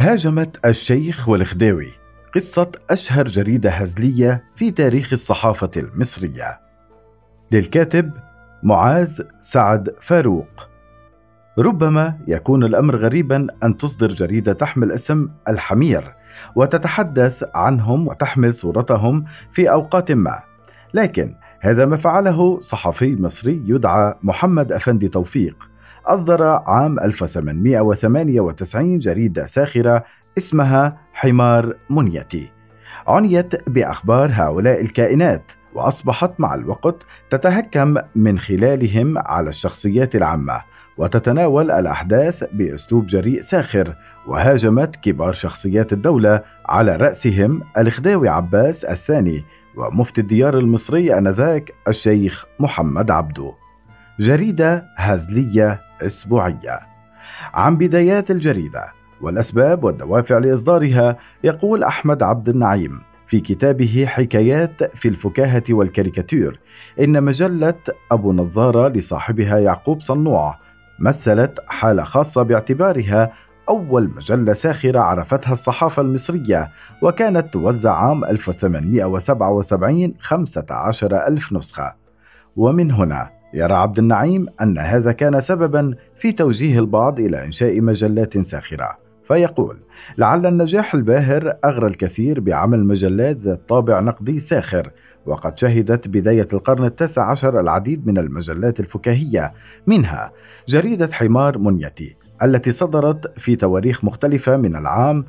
هاجمت الشيخ والخديوي، قصة أشهر جريدة هزلية في تاريخ الصحافة المصرية. للكاتب معاذ سعد فاروق. ربما يكون الأمر غريبا أن تصدر جريدة تحمل اسم الحمير وتتحدث عنهم وتحمل صورتهم في أوقات ما، لكن هذا ما فعله صحفي مصري يدعى محمد أفندي توفيق. أصدر عام 1898 جريدة ساخرة اسمها حمار منيتي، عنيت بأخبار هؤلاء الكائنات، وأصبحت مع الوقت تتهكم من خلالهم على الشخصيات العامة، وتتناول الأحداث بأسلوب جريء ساخر، وهاجمت كبار شخصيات الدولة على رأسهم الخديوي عباس الثاني ومفتي الديار المصري آنذاك الشيخ محمد عبده. جريدة هزلية أسبوعية. عن بدايات الجريدة والأسباب والدوافع لإصدارها يقول أحمد عبد النعيم في كتابه حكايات في الفكاهة والكاريكاتير إن مجلة أبو نظارة لصاحبها يعقوب صنوع مثلت حالة خاصة باعتبارها أول مجلة ساخرة عرفتها الصحافة المصرية، وكانت توزع عام 1877 15,000 نسخة. ومن هنا يرى عبد النعيم أن هذا كان سببا في توجيه البعض إلى إنشاء مجلات ساخرة، فيقول: لعل النجاح الباهر أغرى الكثير بعمل مجلات ذات طابع نقدي ساخر، وقد شهدت بداية القرن التاسع عشر العديد من المجلات الفكاهية، منها جريدة حمار منيتي التي صدرت في تواريخ مختلفة من العام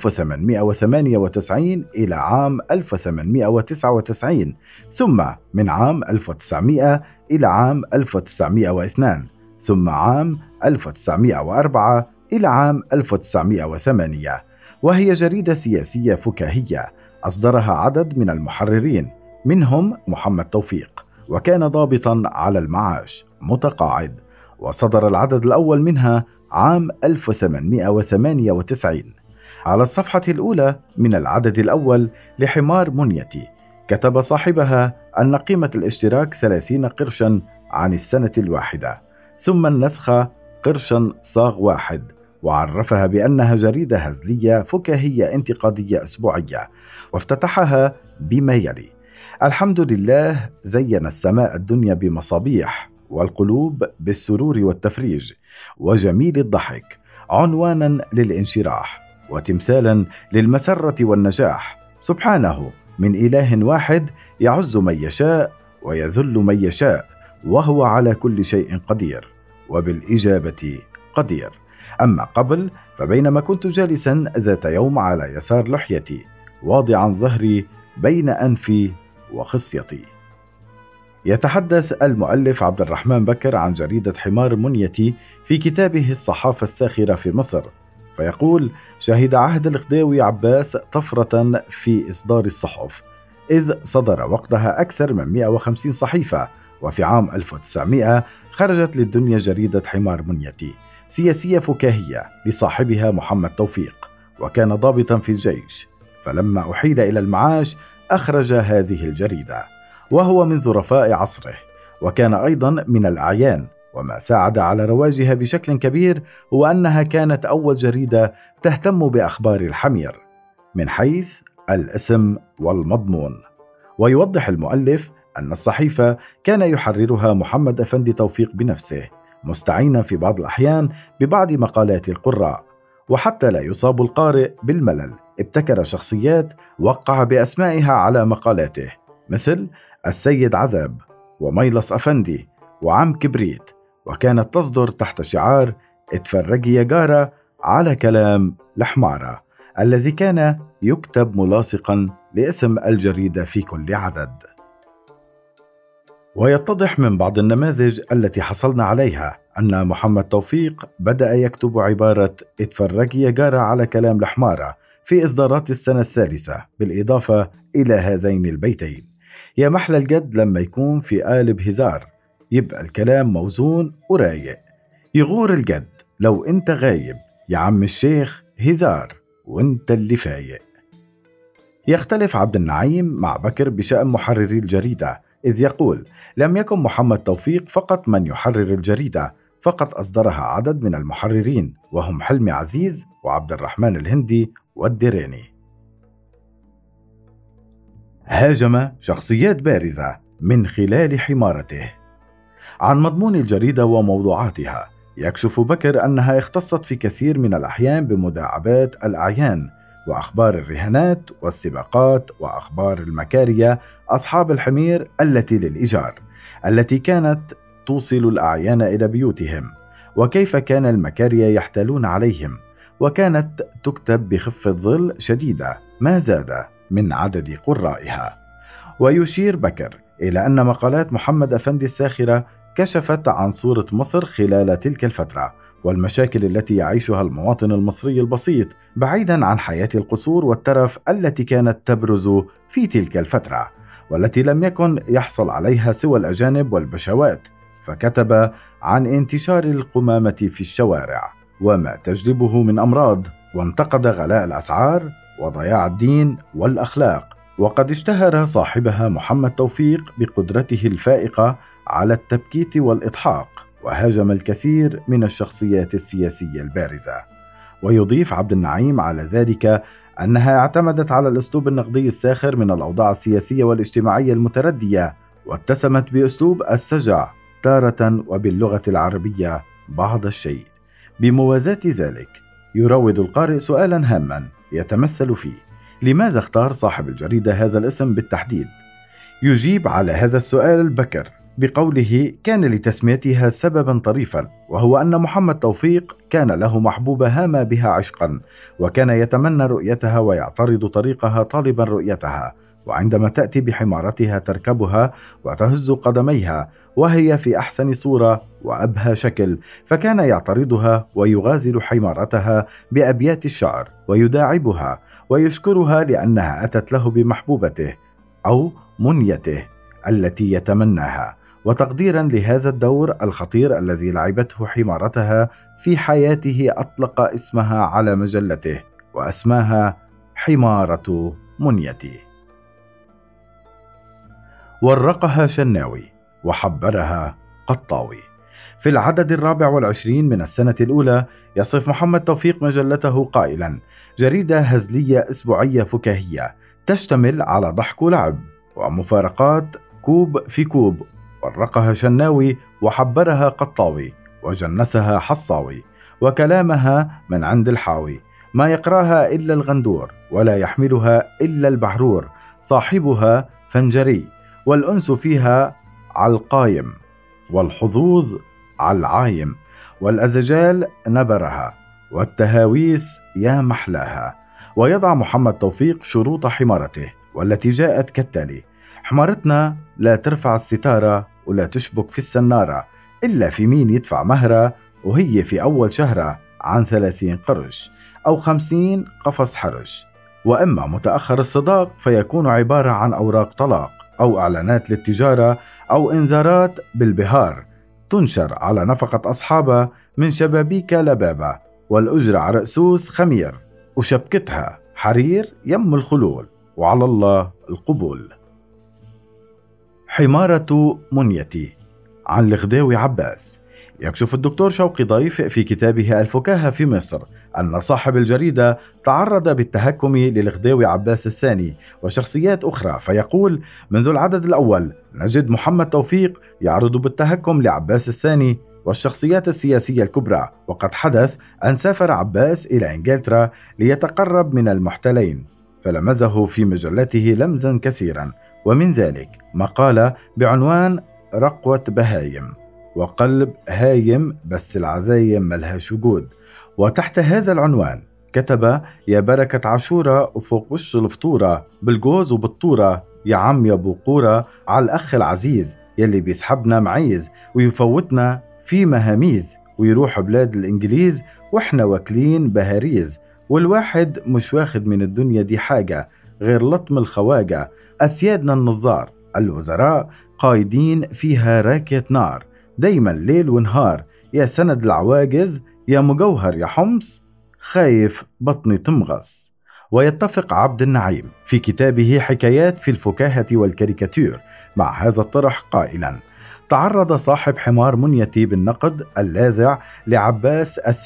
1898 إلى عام 1899، ثم من عام 1900 إلى عام 1902، ثم عام 1904 إلى عام 1908، وهي جريدة سياسية فكاهية أصدرها عدد من المحررين، منهم محمد توفيق، وكان ضابطا على المعاش متقاعد، وصدر العدد الأول منها عام 1898. على الصفحة الأولى من العدد الأول لحمار منيتي كتب صاحبها أن قيمة الاشتراك 30 قرشا عن السنة الواحدة، ثم النسخة قرشا صاغ واحد، وعرفها بأنها جريدة هزلية فكاهية انتقادية أسبوعية، وافتتحها بما يلي: الحمد لله زين السماء الدنيا بمصابيح، والقلوب بالسرور والتفريج، وجميل الضحك، عنوانا للانشراح، وتمثالا للمسرة والنجاح، سبحانه من إله واحد يعز من يشاء ويذل من يشاء، وهو على كل شيء قدير، وبالإجابة قدير. أما قبل فبينما كنت جالسا ذات يوم على يسار لحيتي واضعا ظهري بين أنفي وخصيتي. يتحدث المؤلف عبد الرحمن بكر عن جريدة حمار منيتي في كتابه الصحافة الساخرة في مصر، فيقول: شهد عهد الخديوي عباس طفرة في إصدار الصحف، إذ صدر وقتها أكثر من 150 صحيفة، وفي عام 1900 خرجت للدنيا جريدة حمار منيتي سياسية فكاهية لصاحبها محمد توفيق، وكان ضابطا في الجيش، فلما أحيل إلى المعاش أخرج هذه الجريدة، وهو من ظرفاء عصره، وكان أيضا من الأعيان. وما ساعد على رواجها بشكل كبير هو أنها كانت أول جريدة تهتم بأخبار الحمير من حيث الاسم والمضمون. ويوضح المؤلف أن الصحيفة كان يحررها محمد أفندي توفيق بنفسه، مستعينا في بعض الأحيان ببعض مقالات القراء، وحتى لا يصاب القارئ بالملل ابتكر شخصيات وقع بأسمائها على مقالاته، مثل السيد عذاب وميلص أفندي وعم كبريت، وكانت تصدر تحت شعار اتفرجي يا جارة على كلام الحمارة، الذي كان يكتب ملاصقا لاسم الجريدة في كل عدد. ويتضح من بعض النماذج التي حصلنا عليها أن محمد توفيق بدأ يكتب عبارة اتفرجي يا جارة على كلام الحمارة في إصدارات السنة الثالثة، بالإضافة إلى هذين البيتين: يا محلى الجد لما يكون في قالب هزار، يبقى الكلام موزون ورايق، يغور الجد لو انت غايب، يا عم الشيخ هزار وانت اللي فايق. يختلف عبد النعيم مع بكر بشأن محرري الجريدة، إذ يقول: لم يكن محمد توفيق فقط من يحرر الجريدة، فقط أصدرها عدد من المحررين، وهم حلمي عزيز وعبد الرحمن الهندي والديراني. هاجم شخصيات بارزة من خلال حمارته. عن مضمون الجريدة وموضوعاتها يكشف بكر أنها اختصت في كثير من الأحيان بمداعبات الأعيان وأخبار الرهانات والسباقات وأخبار المكارية أصحاب الحمير التي للإيجار، التي كانت توصل الأعيان إلى بيوتهم، وكيف كان المكارية يحتالون عليهم، وكانت تكتب بخفة ظل شديدة ما زاد من عدد قرائها. ويشير بكر إلى أن مقالات محمد أفندي الساخرة كشفت عن صورة مصر خلال تلك الفترة والمشاكل التي يعيشها المواطن المصري البسيط بعيدا عن حياة القصور والترف التي كانت تبرز في تلك الفترة، والتي لم يكن يحصل عليها سوى الأجانب والبشوات، فكتب عن انتشار القمامة في الشوارع وما تجلبه من أمراض، وانتقد غلاء الأسعار وضياع الدين والأخلاق. وقد اشتهر صاحبها محمد توفيق بقدرته الفائقة على التبكيت والإضحاك، وهاجم الكثير من الشخصيات السياسية البارزة. ويضيف عبد النعيم على ذلك أنها اعتمدت على الأسلوب النقدي الساخر من الأوضاع السياسية والاجتماعية المتردية، واتسمت بأسلوب السجع تارة وباللغة العربية بعض الشيء. بموازاة ذلك يراود القارئ سؤالا هاما يتمثل فيه: لماذا اختار صاحب الجريدة هذا الاسم بالتحديد؟ يجيب على هذا السؤال بكر بقوله: كان لتسميتها سببا طريفا، وهو أن محمد توفيق كان له محبوبة هام بها عشقا، وكان يتمنى رؤيتها ويعترض طريقها طالبا رؤيتها، وعندما تأتي بحمارتها تركبها وتهز قدميها وهي في أحسن صورة وأبهى شكل، فكان يعترضها ويغازل حمارتها بأبيات الشعر ويداعبها ويشكرها لأنها أتت له بمحبوبته أو منيته التي يتمناها، وتقديرا لهذا الدور الخطير الذي لعبته حمارتها في حياته أطلق اسمها على مجلته وأسماها حمارة منيتي. ورقها شناوي وحبرها قطاوي. في العدد 24 من السنة الأولى يصف محمد توفيق مجلته قائلا: جريدة هزلية أسبوعية فكاهية تشتمل على ضحك ولعب ومفارقات كوب في كوب. ورقها شناوي وحبرها قطاوي وجنسها حصاوي، وكلامها من عند الحاوي، ما يقراها إلا الغندور ولا يحملها إلا البحرور، صاحبها فنجري، والأنس فيها على القايم والحظوظ على العايم، والأزجال نبرها والتهاويس يا محلاها. ويضع محمد توفيق شروط حمارته والتي جاءت كالتالي: حمارتنا لا ترفع الستارة ولا تشبك في السنارة إلا في مين يدفع مهرة، وهي في أول شهرة عن 30 قرش أو 50 قفص حرش، وإما متأخر الصداق فيكون عبارة عن أوراق طلاق أو إعلانات للتجارة أو إنذارات بالبهار تنشر على نفقة أصحابها من شبابيك لبابة، والأجرة على رأسوس خمير وشبكتها حرير يم الخلول، وعلى الله القبول. حمارة منيتي. عن الغداوي عباس. يكشف الدكتور شوقي ضيف في كتابه الفكاهة في مصر أن صاحب الجريدة تعرض بالتهكم للغداوي عباس الثاني وشخصيات أخرى، فيقول: منذ العدد الأول نجد محمد توفيق يعرض بالتهكم لعباس الثاني والشخصيات السياسية الكبرى، وقد حدث أن سافر عباس إلى إنجلترا ليتقرب من المحتلين، فلمزه في مجلته لمزا كثيرا، ومن ذلك مقالة بعنوان رقوة بهايم وقلب هايم بس العزايم ملهاش وجود، وتحت هذا العنوان كتب: يا بركة عاشورة وفوق وش الفطورة بالجوز وبالطورة، يا عم يا بوقورة على الأخ العزيز يلي بيسحبنا معيز ويفوتنا في مهاميز ويروح بلاد الإنجليز وإحنا واكلين بهاريز، والواحد مش واخد من الدنيا دي حاجة غير لطم الخواجة، أسيادنا النظار الوزراء قايدين فيها راكية نار دايما ليل ونهار، يا سند العواجز يا مجوهر يا حمص خايف بطني تمغص. ويتفق عبد النعيم في كتابه حكايات في الفكاهة والكاريكاتير مع هذا الطرح قائلا: تعرض صاحب حمار منيتي بالنقد اللاذع لعباس الثاني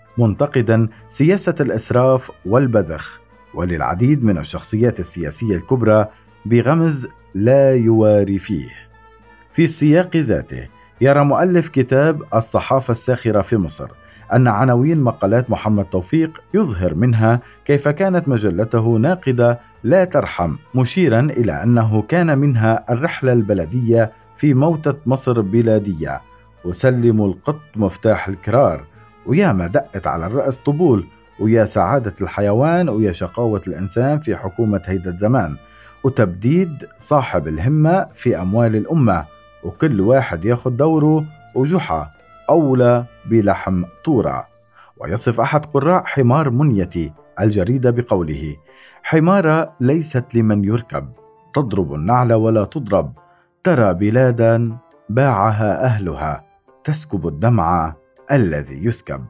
منتقدا سياسة الإسراف والبذخ، وللعديد من الشخصيات السياسية الكبرى بغمز لا يواري فيه. في السياق ذاته يرى مؤلف كتاب الصحافة الساخرة في مصر أن عناوين مقالات محمد توفيق يظهر منها كيف كانت مجلته ناقدة لا ترحم، مشيرا إلى أنه كان منها الرحلة البلدية في موتة مصر بلادية، وسلموا القط مفتاح الكرار، ويا ما دقت على الرأس طبول، ويا سعادة الحيوان، ويا شقاوة الإنسان في حكومة هيدا الزمان، وتبديد صاحب الهمة في أموال الأمة، وكل واحد ياخد دوره، وجحا أولى بلحم طورة. ويصف أحد قراء حمار منيتي الجريدة بقوله: حمارة ليست لمن يركب، تضرب النعل ولا تضرب، ترى بلادا باعها أهلها، تسكب الدمع الذي يسكب.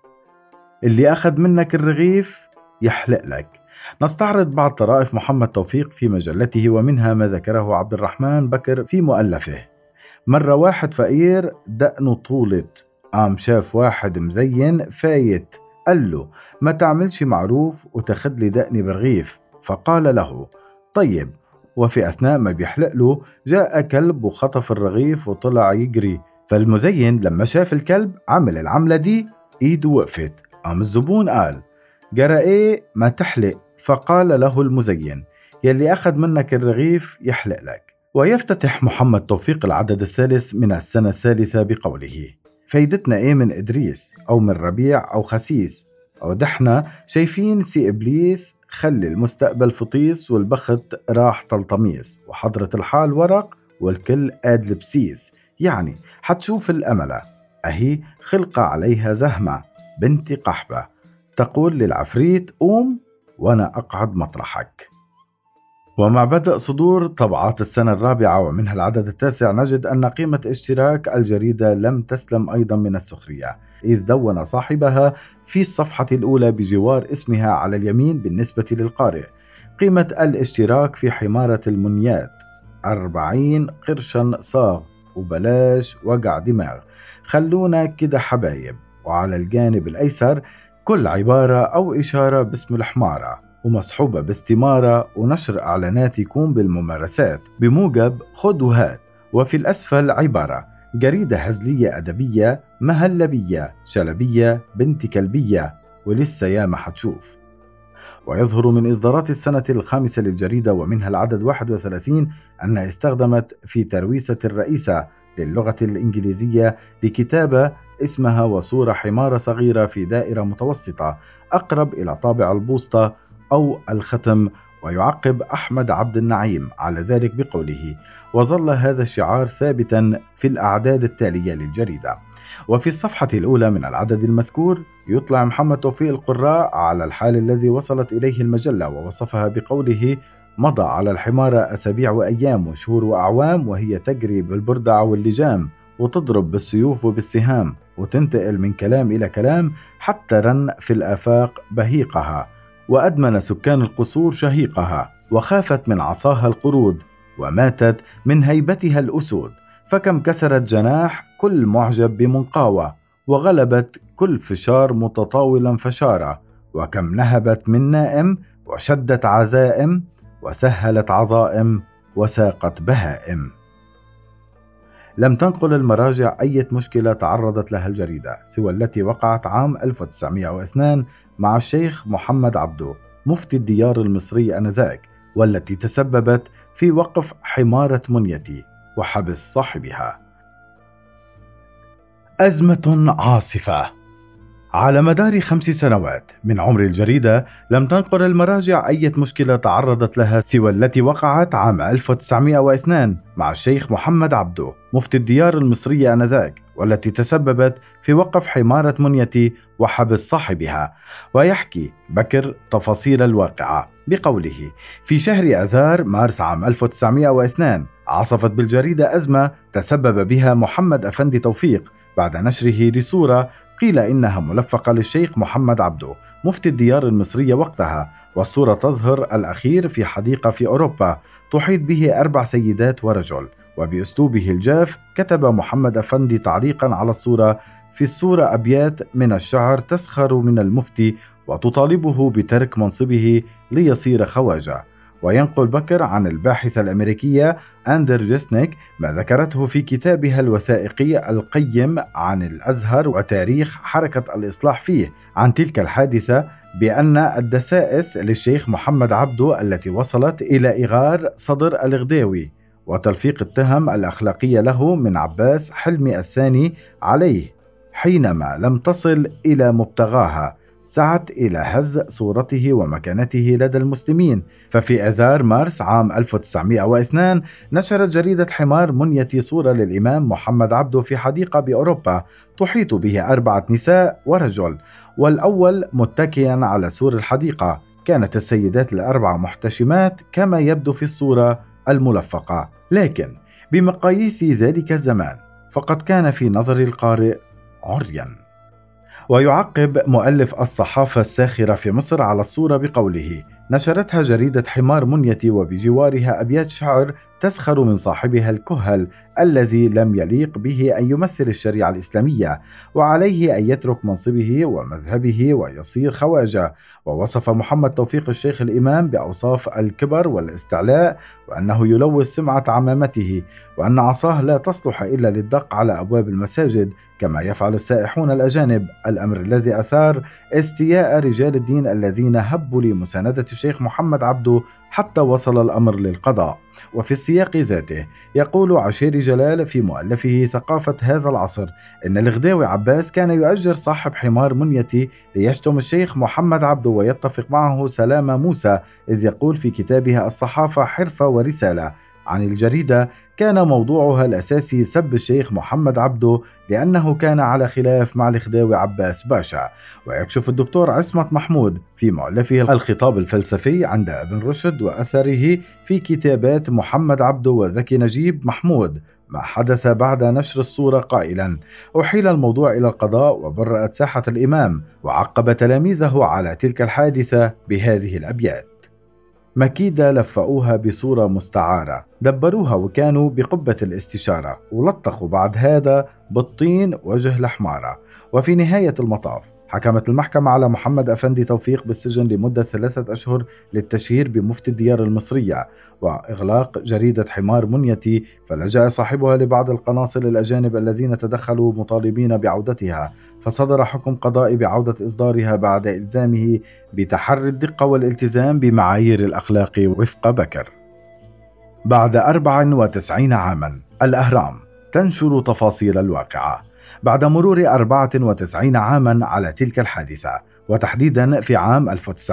اللي أخذ منك الرغيف يحلق لك. نستعرض بعض طرائف محمد توفيق في مجلته، ومنها ما ذكره عبد الرحمن بكر في مؤلفه: مرة واحد فقير دقنه طولت، قام شاف واحد مزين فايت، قال له: ما تعملش معروف وتاخد لي دقني برغيف. فقال له: طيب. وفي أثناء ما بيحلق له جاء كلب وخطف الرغيف وطلع يجري، فالمزين لما شاف الكلب عمل العملة دي ايده وقفت، قام الزبون قال: جرى ايه ما تحلق؟ فقال له المزين: يلي أخذ منك الرغيف يحلق لك. ويفتتح محمد توفيق العدد الثالث من السنة الثالثة بقوله: فايدتنا ايه من إدريس أو من ربيع أو خسيس، أو دحنا شايفين سي إبليس خلي المستقبل فطيس والبخت راح تلطميس، وحضرة الحال ورق والكل قاد لبسيس، يعني حتشوف الأملة أهي خلق عليها زهمة بنت قحبة، تقول للعفريت قوم وأنا أقعد مطرحك. ومع بدء صدور طبعات السنة الرابعة ومنها العدد التاسع نجد أن قيمة اشتراك الجريدة لم تسلم أيضا من السخرية، إذ دون صاحبها في الصفحة الأولى بجوار اسمها على اليمين بالنسبة للقارئ: قيمة الاشتراك في حمارة المنيات 40 قرشا صاغ، وبلاش وجع دماغ، خلونا كده حبايب. وعلى الجانب الأيسر كل عبارة أو إشارة باسم الحمارة ومصحوبة باستمارة ونشر إعلانات يكون بالممارسات بموجب خد وهات. وفي الأسفل عبارة: جريدة هزلية أدبية مهلبية شلبية بنت كلبية، ولسه يا ما حتشوف. ويظهر من إصدارات السنة الخامسة للجريدة ومنها العدد 31 أنها استخدمت في ترويسة الرئيسة للغة الإنجليزية لكتابة اسمها وصورة حمارة صغيرة في دائرة متوسطة أقرب إلى طابع البوسطة أو الختم. ويعقب أحمد عبد النعيم على ذلك بقوله: وظل هذا الشعار ثابتا في الأعداد التالية للجريدة. وفي الصفحة الأولى من العدد المذكور يطلع محمد توفيق القراء على الحال الذي وصلت إليه المجلة، ووصفها بقوله: مضى على الحمارة أسابيع وأيام وشهور وأعوام وهي تجري بالبردع واللجام وتضرب بالسيوف وبالسهام وتنتقل من كلام إلى كلام حتى رن في الآفاق بهيقها، وأدمن سكان القصور شهيقها، وخافت من عصاها القرود، وماتت من هيبتها الأسود، فكم كسرت جناح كل معجب بمنقاوة، وغلبت كل فشار متطاولا فشارة، وكم نهبت من نائم وشدت عزائم، وسهلت عظائم وساقت بهائم. لم تنقل المراجع أي مشكلة تعرضت لها الجريدة سوى التي وقعت عام 1902 مع الشيخ محمد عبده مفتي الديار المصري آنذاك، والتي تسببت في وقف حمارة منيتي وحبس صاحبها. أزمة عاصفة. على مدار 5 سنوات من عمر الجريدة لم تنقل المراجع أي مشكلة تعرضت لها سوى التي وقعت عام 1902 مع الشيخ محمد عبده مفتي الديار المصرية آنذاك، والتي تسببت في وقف حمارة منيتي وحبس صاحبها. ويحكي بكر تفاصيل الواقعة بقوله: في شهر أذار مارس عام 1902 عصفت بالجريدة أزمة تسبب بها محمد أفندي توفيق بعد نشره لصورة قيل إنها ملفقة للشيخ محمد عبده مفتي الديار المصرية وقتها، والصورة تظهر الأخير في حديقة في أوروبا تحيط به 4 سيدات ورجل، وبأسلوبه الجاف كتب محمد أفندي تعليقا على الصورة: في الصورة أبيات من الشعر تسخر من المفتي وتطالبه بترك منصبه ليصير خواجة. وينقل بكر عن الباحثة الأمريكية أندر جيسنيك ما ذكرته في كتابها الوثائقي القيم عن الأزهر وتاريخ حركة الإصلاح فيه عن تلك الحادثة، بأن الدسائس للشيخ محمد عبده التي وصلت إلى إغار صدر الغداوي وتلفيق التهم الأخلاقية له من عباس حلمي الثاني عليه حينما لم تصل إلى مبتغاها سعت إلى هز صورته ومكانته لدى المسلمين. ففي آذار مارس عام 1902 نشرت جريدة حمار منيتي صورة للإمام محمد عبده في حديقة بأوروبا تحيط به 4 نساء ورجل، والأول متكئا على سور الحديقة. كانت السيدات ال4 محتشمات كما يبدو في الصورة الملفقة، لكن بمقاييس ذلك الزمان فقد كان في نظر القارئ عريا. ويعقب مؤلف الصحافة الساخرة في مصر على الصورة بقوله: نشرتها جريدة حمار منيتي وبجوارها أبيات شعر تسخر من صاحبها الكهل الذي لم يليق به أن يمثل الشريعة الإسلامية، وعليه أن يترك منصبه ومذهبه ويصير خواجة. ووصف محمد توفيق الشيخ الإمام بأوصاف الكبر والاستعلاء، وأنه يلوث سمعة عمامته، وأن عصاه لا تصلح إلا للدق على أبواب المساجد كما يفعل السائحون الأجانب، الأمر الذي أثار استياء رجال الدين الذين هبوا لمساندة الشيخ محمد عبده حتى وصل الأمر للقضاء. وفي السياق ذاته يقول عشيري جلال في مؤلفه ثقافة هذا العصر إن الغداوي عباس كان يؤجر صاحب حمار منيتي ليشتم الشيخ محمد عبده ويتفق معه سلامة موسى، إذ يقول في كتابها الصحافة حرفة ورسالة عن الجريدة: كان موضوعها الأساسي سب الشيخ محمد عبده لأنه كان على خلاف مع الغداوي عباس باشا. ويكشف الدكتور عصمت محمود في مؤلفه الخطاب الفلسفي عند ابن رشد وأثره في كتابات محمد عبده وزكي نجيب محمود ما حدث بعد نشر الصورة قائلا: أحيل الموضوع إلى القضاء وبرأت ساحة الإمام، وعقب تلاميذه على تلك الحادثة بهذه الأبيات: مكيدة لفقوها بصورة مستعارة، دبروها وكانوا بقبة الاستشارة، ولطخوا بعد هذا بالطين وجه الحمارة. وفي نهاية المطاف حكمت المحكمة على محمد أفندي توفيق بالسجن لمدة 3 أشهر للتشهير بمفتي الديار المصرية وإغلاق جريدة حمار منيتي، فلجأ صاحبها لبعض القناصل الأجانب الذين تدخلوا مطالبين بعودتها، فصدر حكم قضائي بعودة إصدارها بعد إلزامه بتحري الدقة والالتزام بمعايير الأخلاق وفق بكر. بعد 94 عاما الأهرام تنشر تفاصيل الواقعة. بعد مرور 94 عاما على تلك الحادثة، وتحديدا في عام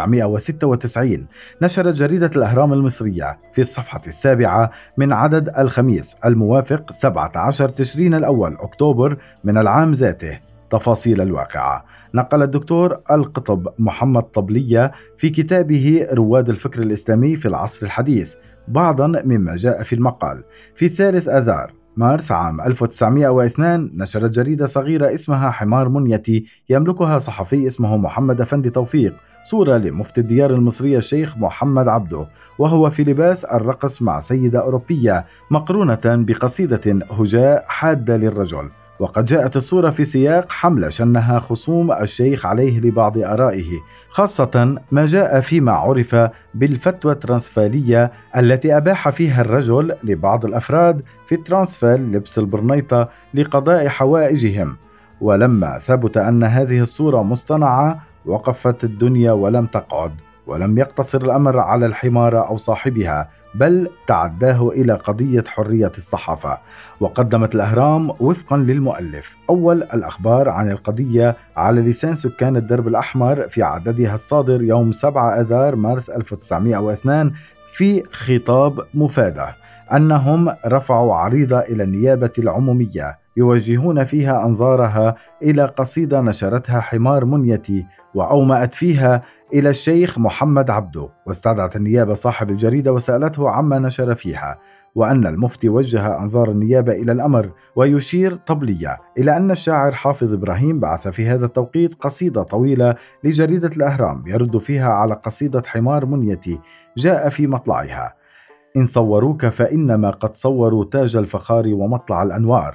1996، نشرت جريدة الأهرام المصرية في الصفحة 7 من عدد الخميس الموافق 17 تشرين الأول أكتوبر من العام ذاته تفاصيل الواقعة. نقل الدكتور القطب محمد طبلية في كتابه رواد الفكر الإسلامي في العصر الحديث بعضا مما جاء في المقال. في 3 آذار مارس عام 1902 نشرت جريدة صغيرة اسمها حمار منيتي يملكها صحفي اسمه محمد أفندي توفيق صورة لمفتي الديار المصرية الشيخ محمد عبده وهو في لباس الرقص مع سيدة أوروبية مقرونة بقصيدة هجاء حادة للرجل. وقد جاءت الصورة في سياق حملة شنها خصوم الشيخ عليه لبعض آرائه، خاصة ما جاء فيما عرف بالفتوى الترانسفالية التي أباح فيها الرجل لبعض الأفراد في الترانسفال لبس البرنيطة لقضاء حوائجهم. ولما ثبت أن هذه الصورة مصطنعة وقفت الدنيا ولم تقعد، ولم يقتصر الأمر على الحمارة أو صاحبها، بل تعداه إلى قضية حرية الصحافة. وقدمت الأهرام وفقا للمؤلف أول الأخبار عن القضية على لسان سكان الدرب الأحمر في عددها الصادر يوم 7 آذار مارس 1902 في خطاب مفادة أنهم رفعوا عريضة إلى النيابة العمومية يوجهون فيها أنظارها إلى قصيدة نشرتها حمار منيتي وأومأت فيها إلى الشيخ محمد عبده. واستدعت النيابة صاحب الجريدة وسألته عما نشر فيها، وأن المفتي وجه أنظار النيابة إلى الأمر. ويشير طبلية إلى أن الشاعر حافظ إبراهيم بعث في هذا التوقيت قصيدة طويلة لجريدة الأهرام يرد فيها على قصيدة حمار منيتي جاء في مطلعها: إن صوروك فإنما قد صوروا تاج الفخار ومطلع الأنوار،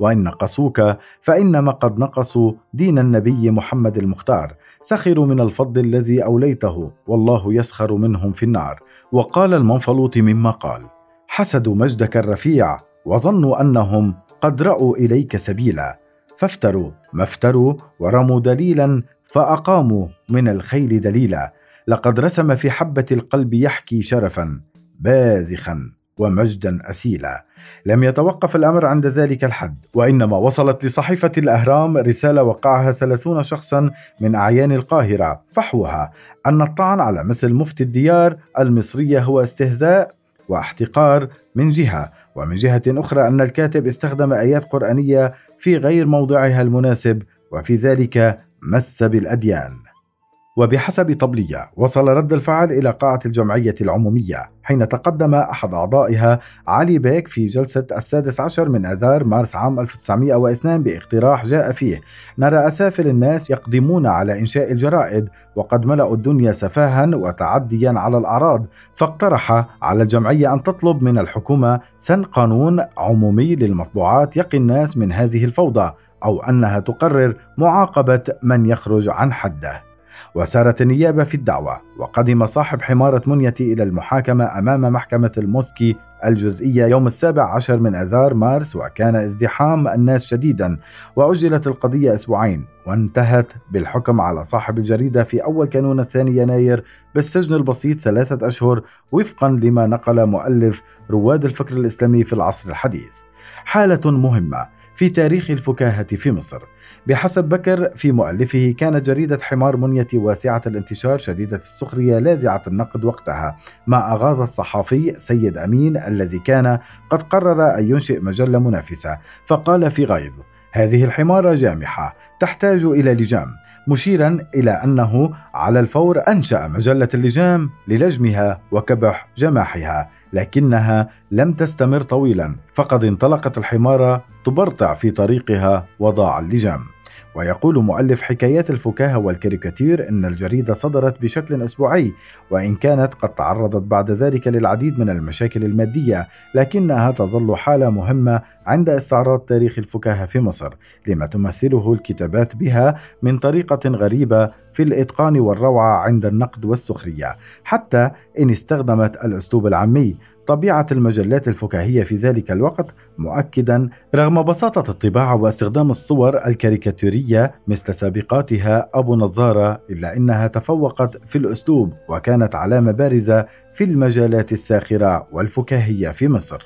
وإن نقصوك فإنما قد نقصوا دين النبي محمد المختار، سخروا من الفضل الذي أوليته، والله يسخر منهم في النار. وقال المنفلوط مما قال: حسدوا مجدك الرفيع وظنوا أنهم قد رأوا إليك سبيلا، فافتروا ما افتروا ورموا دليلا فأقاموا من الخيل دليلا. لقد رسم في حبة القلب يحكي شرفا باذخا ومجدا أثيلا. لم يتوقف الأمر عند ذلك الحد، وإنما وصلت لصحيفة الأهرام رسالة وقعها 30 شخصا من أعيان القاهرة فحوها أن الطعن على مثل مفتي الديار المصرية هو استهزاء واحتقار من جهة، ومن جهة أخرى أن الكاتب استخدم آيات قرآنية في غير موضعها المناسب، وفي ذلك مس بالأديان. وبحسب طبلية وصل رد الفعل إلى قاعة الجمعية العمومية، حين تقدم أحد أعضائها علي بيك في جلسة 16 من آذار مارس عام 1902 باقتراح جاء فيه: نرى أسافل الناس يقدمون على إنشاء الجرائد وقد ملأوا الدنيا سفاها وتعديا على الأعراض، فاقترح على الجمعية أن تطلب من الحكومة سن قانون عمومي للمطبوعات يقي الناس من هذه الفوضى، أو أنها تقرر معاقبة من يخرج عن حده. وسارت النيابة في الدعوة، وقدم صاحب حمارة منيتي إلى المحاكمة أمام محكمة الموسكي الجزئية يوم 17 من آذار مارس، وكان ازدحام الناس شديدا، وأجلت القضية أسبوعين، وانتهت بالحكم على صاحب الجريدة في أول كانون 2 يناير بالسجن البسيط 3 أشهر، وفقا لما نقل مؤلف رواد الفكر الإسلامي في العصر الحديث. حالة مهمة في تاريخ الفكاهة في مصر. بحسب بكر في مؤلفه، كانت جريدة حمار منيتي واسعة الانتشار شديدة السخرية لاذعة النقد وقتها، ما أغاظ الصحافي سيد أمين الذي كان قد قرر أن ينشئ مجلة منافسة، فقال في غيظ: هذه الحمارة جامحة تحتاج إلى لجام، مشيرا إلى أنه على الفور أنشأ مجلة اللجام للجمها وكبح جماحها، لكنها لم تستمر طويلا، فقد انطلقت الحمارة تبرطع في طريقها وضاع اللجام. ويقول مؤلف حكايات الفكاهة والكاريكاتير إن الجريدة صدرت بشكل أسبوعي، وإن كانت قد تعرضت بعد ذلك للعديد من المشاكل المادية، لكنها تظل حالة مهمة عند استعراض تاريخ الفكاهة في مصر، لما تمثله الكتابات بها من طريقة غريبة في الإتقان والروعة عند النقد والسخرية، حتى إن استخدمت الأسلوب العامي. طبيعة المجلات الفكاهية في ذلك الوقت، مؤكدا رغم بساطة الطباعة واستخدام الصور الكاريكاتيرية مثل سابقاتها أبو نظارة، إلا أنها تفوقت في الأسلوب وكانت علامة بارزة في المجالات الساخرة والفكاهية في مصر.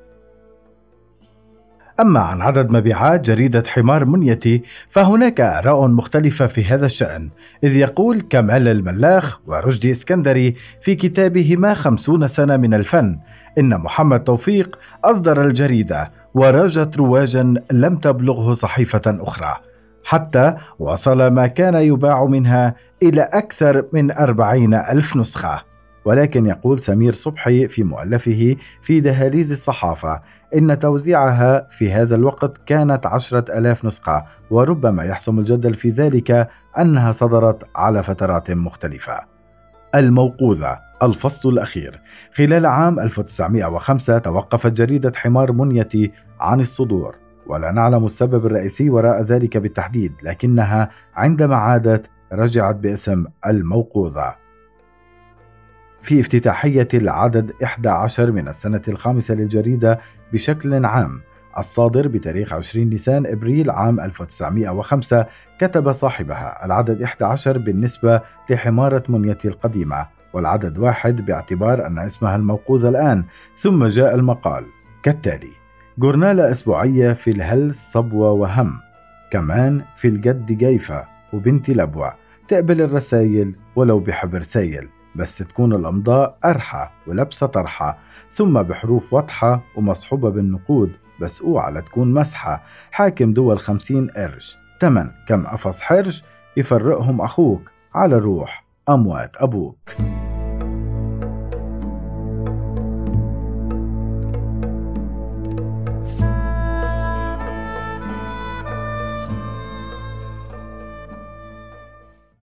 أما عن عدد مبيعات جريدة حمار منيتي فهناك آراء مختلفة في هذا الشأن، إذ يقول كمال الملاخ ورشدي اسكندري في كتابهما 50 سنة من الفن إن محمد توفيق أصدر الجريدة وراجت رواجا لم تبلغه صحيفة أخرى، حتى وصل ما كان يباع منها إلى أكثر من 40,000 نسخة. ولكن يقول سمير صبحي في مؤلفه في دهاليز الصحافة إن توزيعها في هذا الوقت كانت 10,000 نسخة، وربما يحسم الجدل في ذلك أنها صدرت على فترات مختلفة. الموقوذة، الفصل الأخير. خلال عام 1905 توقفت جريدة حمار منيتي عن الصدور، ولا نعلم السبب الرئيسي وراء ذلك بالتحديد، لكنها عندما عادت رجعت باسم الموقوذة. في افتتاحية العدد 11 من السنة الخامسة للجريدة بشكل عام الصادر بتاريخ 20 نيسان إبريل عام 1905، كتب صاحبها العدد 11 بالنسبة لحمارة منيتي القديمة، والعدد 1 باعتبار أن اسمها الموقوذة الآن، ثم جاء المقال كالتالي: جورنالة أسبوعية في الهلس صبوة وهم، كمان في الجد جيفة وبنتي لبوة، تقبل الرسايل ولو بحبر سايل، بس تكون الأمضاء أرحى ولبسة طرحة، ثم بحروف واضحة ومصحوبة بالنقود، بس اوعى لا تكون مسحة، حاكم دول 50 قرش، تمن كم قفص حرش، يفرقهم أخوك على روح أموات أبوك.